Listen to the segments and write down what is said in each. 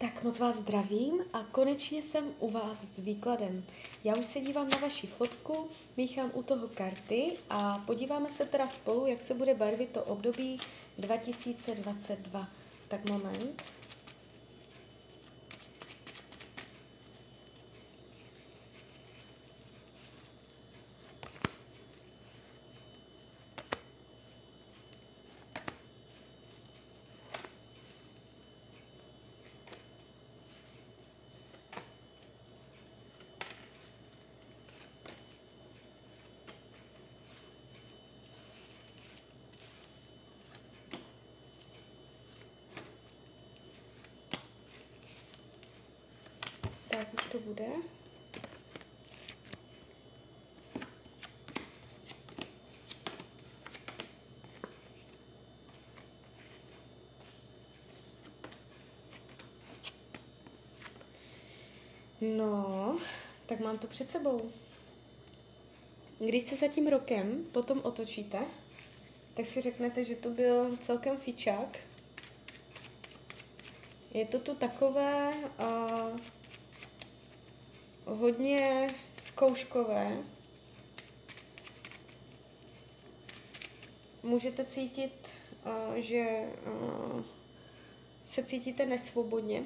Tak moc vás zdravím a konečně jsem u vás s výkladem. Já už se dívám na vaši fotku, míchám u toho karty a podíváme se teda spolu, jak se bude barvit to období 2022. Tak moment. Tak už to bude. No, tak mám to před sebou. Když se za tím rokem potom otočíte, tak si řeknete, že to byl celkem fičák. Je to tu takové hodně zkouškové. Můžete cítit, že se cítíte nesvobodně.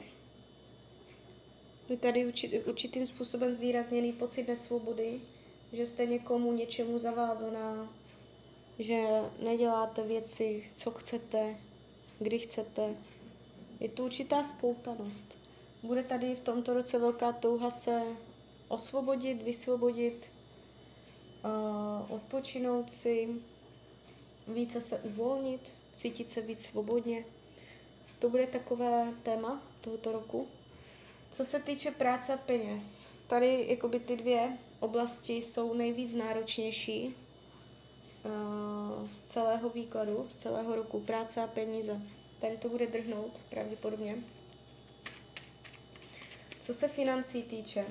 Je tady určitým způsobem zvýrazněný pocit nesvobody, že jste někomu něčemu zavázaná, že neděláte věci, co chcete, kdy chcete. Je tu určitá spoutanost. Bude tady v tomto roce velká touha se osvobodit, vysvobodit, odpočinout si, více se uvolnit, cítit se víc svobodně. To bude takové téma tohoto roku. Co se týče práce a peněz, tady jakoby ty dvě oblasti jsou nejvíc náročnější z celého výkladu, z celého roku. Práce a peníze. Tady to bude drhnout pravděpodobně. Co se financí týče,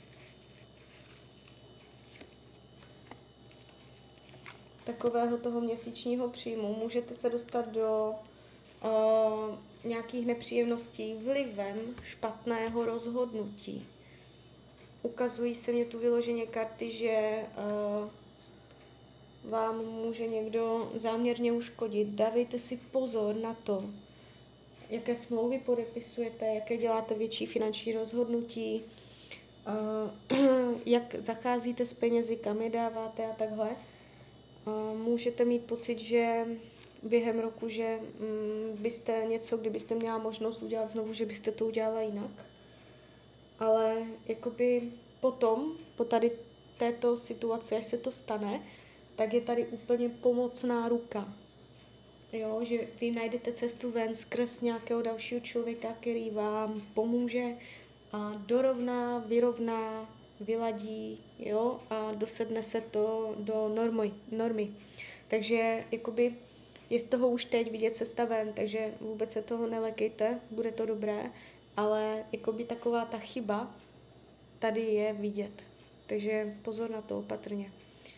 takového toho měsíčního příjmu, můžete se dostat do nějakých nepříjemností vlivem špatného rozhodnutí. Ukazují se mě tu vyloženě karty, že vám může někdo záměrně uškodit. Dávejte si pozor na to, jaké smlouvy podepisujete, jaké děláte větší finanční rozhodnutí, jak zacházíte s penězi, kam je dáváte a takhle. Můžete mít pocit, že během roku, že byste něco, kdybyste měla možnost udělat znovu, že byste to udělala jinak. Ale jakoby potom, po tady této situaci, až se to stane, tak je tady úplně pomocná ruka. Jo, že vy najdete cestu ven skrz nějakého dalšího člověka, který vám pomůže a dorovná, vyrovná, vyladí, jo, a dosedne se to do normy. Takže jakoby je z toho už teď vidět cesta ven, takže vůbec se toho nelekejte, bude to dobré, ale jakoby taková ta chyba tady je vidět. Takže pozor na to, opatrně.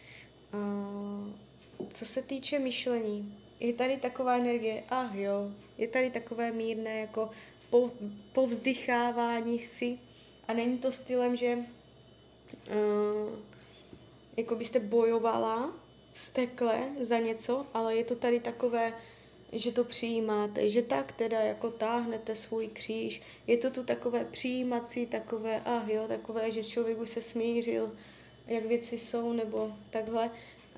Co se týče myšlení, je tady taková energie, je tady takové mírné jako povzdychávání si a není to stylem, že jako byste bojovala vztekle za něco, ale je to tady takové, že to přijímáte, že tak teda jako táhnete svůj kříž. Je to tu takové přijímací, takové, takové, že člověk už se smířil, jak věci jsou, nebo takhle.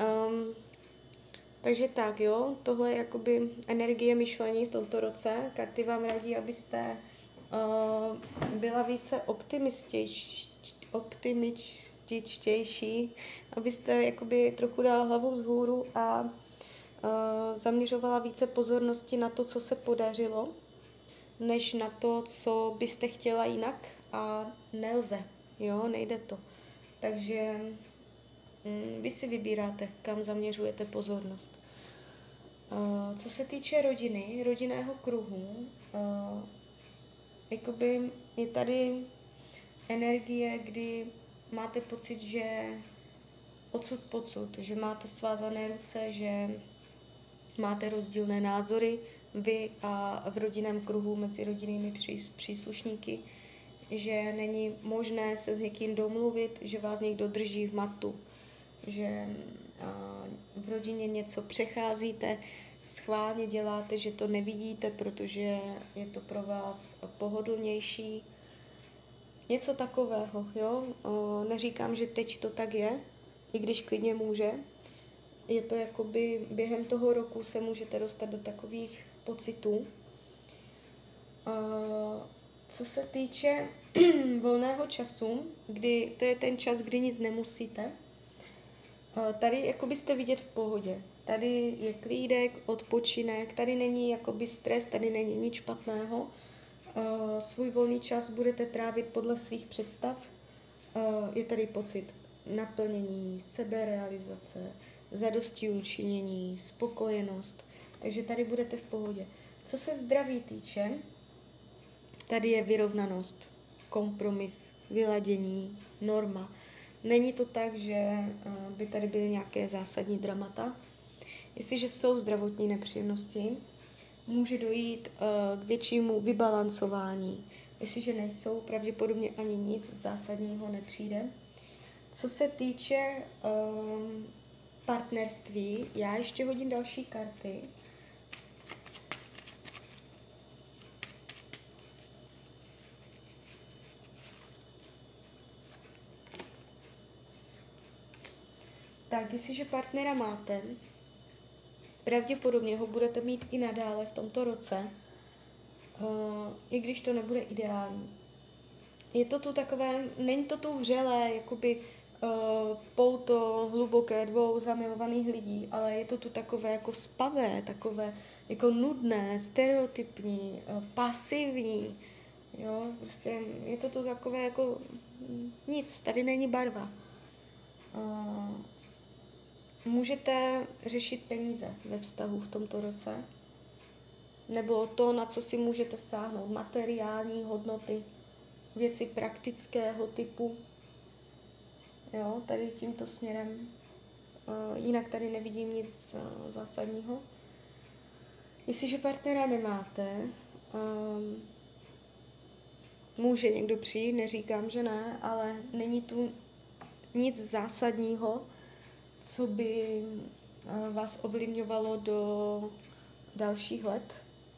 Takže tak, jo, tohle je jakoby energie myšlení v tomto roce. Karty vám radí, abyste byla více optimističtější, abyste jakoby trochu dala hlavu vzhůru a zaměřovala více pozornosti na to, co se podařilo, než na to, co byste chtěla jinak a nelze, jo, nejde to. Takže vy si vybíráte, kam zaměřujete pozornost. Co se týče rodiny, rodinného kruhu, jakoby je tady energie, kdy máte pocit, že odsud pocud, že máte svázané ruce, že máte rozdílné názory, vy a v rodinném kruhu mezi rodinnými příslušníky, že není možné se s někým domluvit, že vás někdo drží v matu, že v rodině něco přecházíte, schválně děláte, že to nevidíte, protože je to pro vás pohodlnější. Něco takového, jo? Neříkám, že teď to tak je, i když klidně může. Je to jakoby během toho roku se můžete dostat do takových pocitů. Co se týče volného času, kdy to je ten čas, kdy nic nemusíte, tady jakoby jste vidět v pohodě. Tady je klídek, odpočinek, tady není jakoby stres, tady není nic špatného. Svůj volný čas budete trávit podle svých představ. Je tady pocit naplnění, seberealizace, zadostiučinění, spokojenost. Takže tady budete v pohodě. Co se zdraví týče, tady je vyrovnanost, kompromis, vyladění, norma. Není to tak, že by tady byly nějaké zásadní dramata. Jestliže jsou zdravotní nepříjemnosti, může dojít k většímu vybalancování. Jestliže nejsou, pravděpodobně ani nic zásadního nepřijde. Co se týče partnerství, já ještě hodím další karty. Tak, jestliže partnera máte, pravděpodobně ho budete mít i nadále v tomto roce, i když to nebude ideální. Je to tu takové, není to tu vřelé, jakoby pouto hluboké dvou zamilovaných lidí, ale je to tu takové jako spavé, takové jako nudné, stereotypní, pasivní, jo, prostě je to tu takové jako nic, tady není barva. Můžete řešit peníze ve vztahu v tomto roce, nebo to, na co si můžete sáhnout, materiální hodnoty, věci praktického typu, jo, tady tímto směrem. Jinak tady nevidím nic zásadního. Jestliže partnera nemáte, může někdo přijít, neříkám, že ne, ale není tu nic zásadního, co by vás ovlivňovalo do dalších let.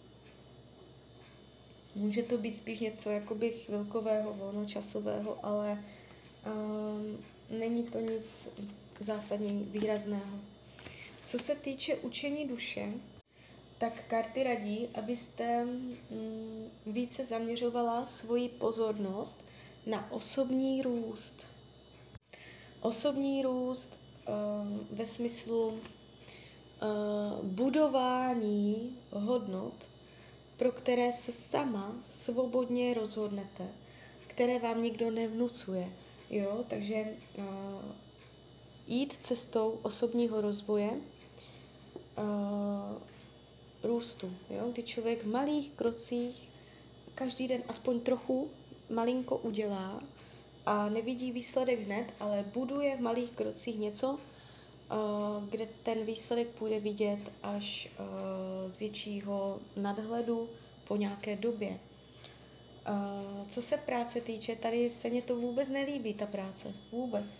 Může to být spíš něco jakoby chvilkového, volnočasového, ale není to nic zásadně výrazného. Co se týče učení duše, tak karty radí, abyste více zaměřovala svoji pozornost na osobní růst. Osobní růst ve smyslu budování hodnot, pro které se sama svobodně rozhodnete, které vám nikdo nevnucuje. Jo? Takže jít cestou osobního rozvoje, růstu. Jo? Kdy člověk v malých krocích každý den aspoň trochu malinko udělá a nevidí výsledek hned, ale buduje v malých krocích něco, kde ten výsledek půjde vidět až z většího nadhledu po nějaké době. Co se práce týče, tady se mně to vůbec nelíbí, ta práce. Vůbec.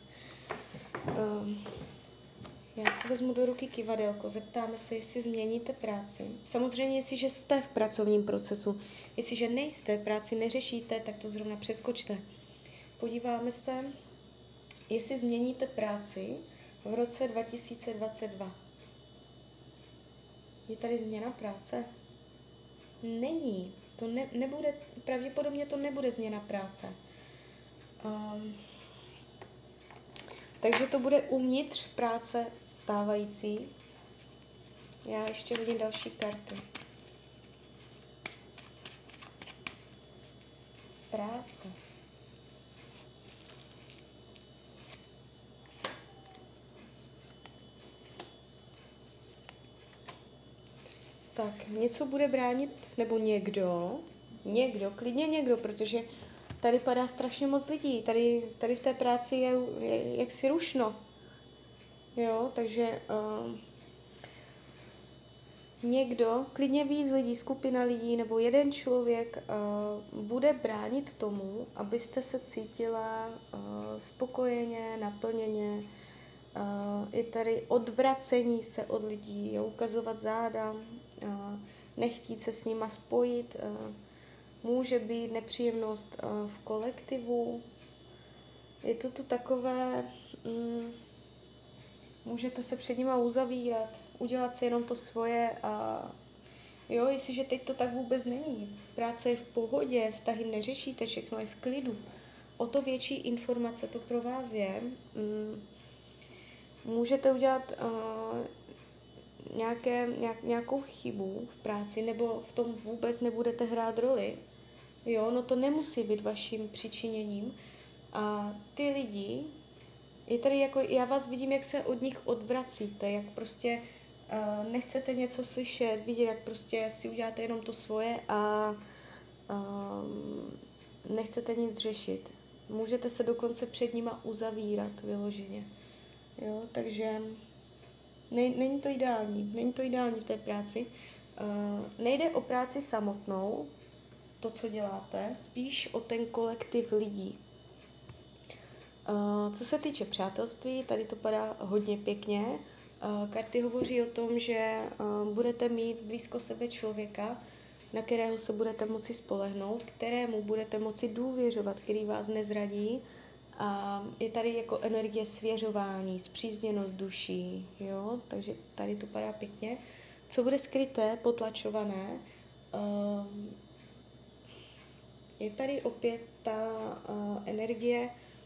Já si vezmu do ruky kivadelko, zeptáme se, jestli změníte práci. Samozřejmě, jestliže jste v pracovním procesu. Jestliže nejste, práci neřešíte, tak to zrovna přeskočte. Podíváme se, jestli změníte práci v roce 2022. Je tady změna práce? Není. To nebude, pravděpodobně to nebude změna práce. Takže to bude uvnitř práce stávající. Já ještě vidím další karty. Práce. Tak, něco bude bránit, nebo někdo, klidně někdo, protože tady padá strašně moc lidí, tady v té práci je jaksi rušno, jo, takže někdo, klidně víc lidí, skupina lidí nebo jeden člověk bude bránit tomu, abyste se cítila spokojeně, naplněně. Je tady odvracení se od lidí, ukazovat záda, nechtít se s nima spojit. Může být nepříjemnost v kolektivu. Je to tu takové, můžete se před nima uzavírat, udělat si jenom to svoje a jo, jestliže teď to tak vůbec není. Práce je v pohodě, vztahy neřešíte, všechno je v klidu. O to větší informace to pro vás je. Můžete udělat nějakou chybu v práci, nebo v tom vůbec nebudete hrát roli. Jo, no to nemusí být vaším přičiněním. A ty lidi, je tady jako, já vás vidím, jak se od nich odvracíte, jak prostě nechcete něco slyšet, vidět, jak prostě si uděláte jenom to svoje a nechcete nic řešit. Můžete se dokonce před nima uzavírat vyloženě. Jo, takže není to ideální v té práci. Nejde o práci samotnou, to, co děláte, spíš o ten kolektiv lidí. Co se týče přátelství, tady to padá hodně pěkně. Karty hovoří o tom, že budete mít blízko sebe člověka, na kterého se budete moci spolehnout, kterému budete moci důvěřovat, který vás nezradí. A je tady jako energie svěřování, spřízněnost duší, jo? Takže tady to padá pěkně. Co bude skryté, potlačované, je tady opět ta energie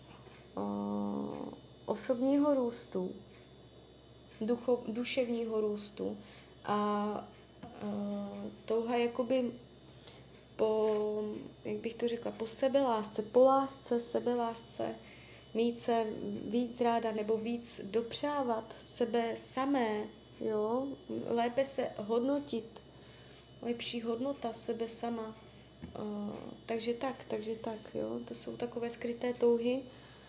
osobního růstu, duševního růstu a touha jakoby jak bych to řekla, po sebelásce, po lásce, sebelásce, mít se víc ráda nebo víc dopřávat sebe samé, jo, lépe se hodnotit, lepší hodnota sebe sama. Takže tak, jo, to jsou takové skryté touhy,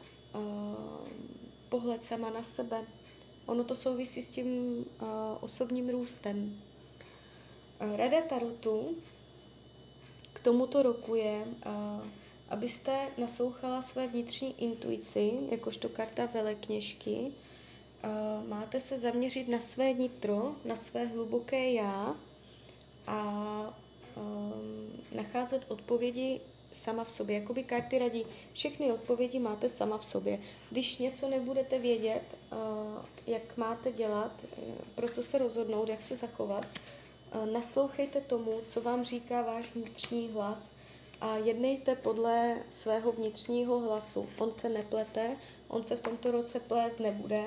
pohled sama na sebe. Ono to souvisí s tím osobním růstem. Rada tarotu k tomuto roku je, abyste naslouchala své vnitřní intuici, jakožto karta velekněžky. Máte se zaměřit na své nitro, na své hluboké já a nacházet odpovědi sama v sobě. Jakoby karty radí, všechny odpovědi máte sama v sobě. Když něco nebudete vědět, jak máte dělat, pro co se rozhodnout, jak se zachovat, naslouchejte tomu, co vám říká váš vnitřní hlas a jednejte podle svého vnitřního hlasu. On se neplete, on se v tomto roce plést nebude.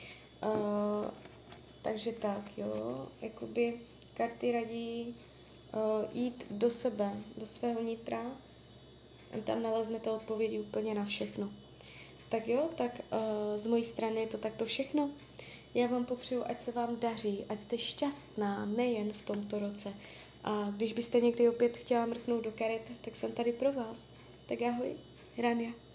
Takže tak, jo, jakoby karty radí jít do sebe, do svého nitra a tam naleznete odpovědi úplně na všechno. Tak jo, tak z mojí strany je to takto všechno. Já vám popřeju, ať se vám daří, ať jste šťastná nejen v tomto roce. A když byste někdy opět chtěla mrknout do karet, tak jsem tady pro vás. Tak ahoj, Rania.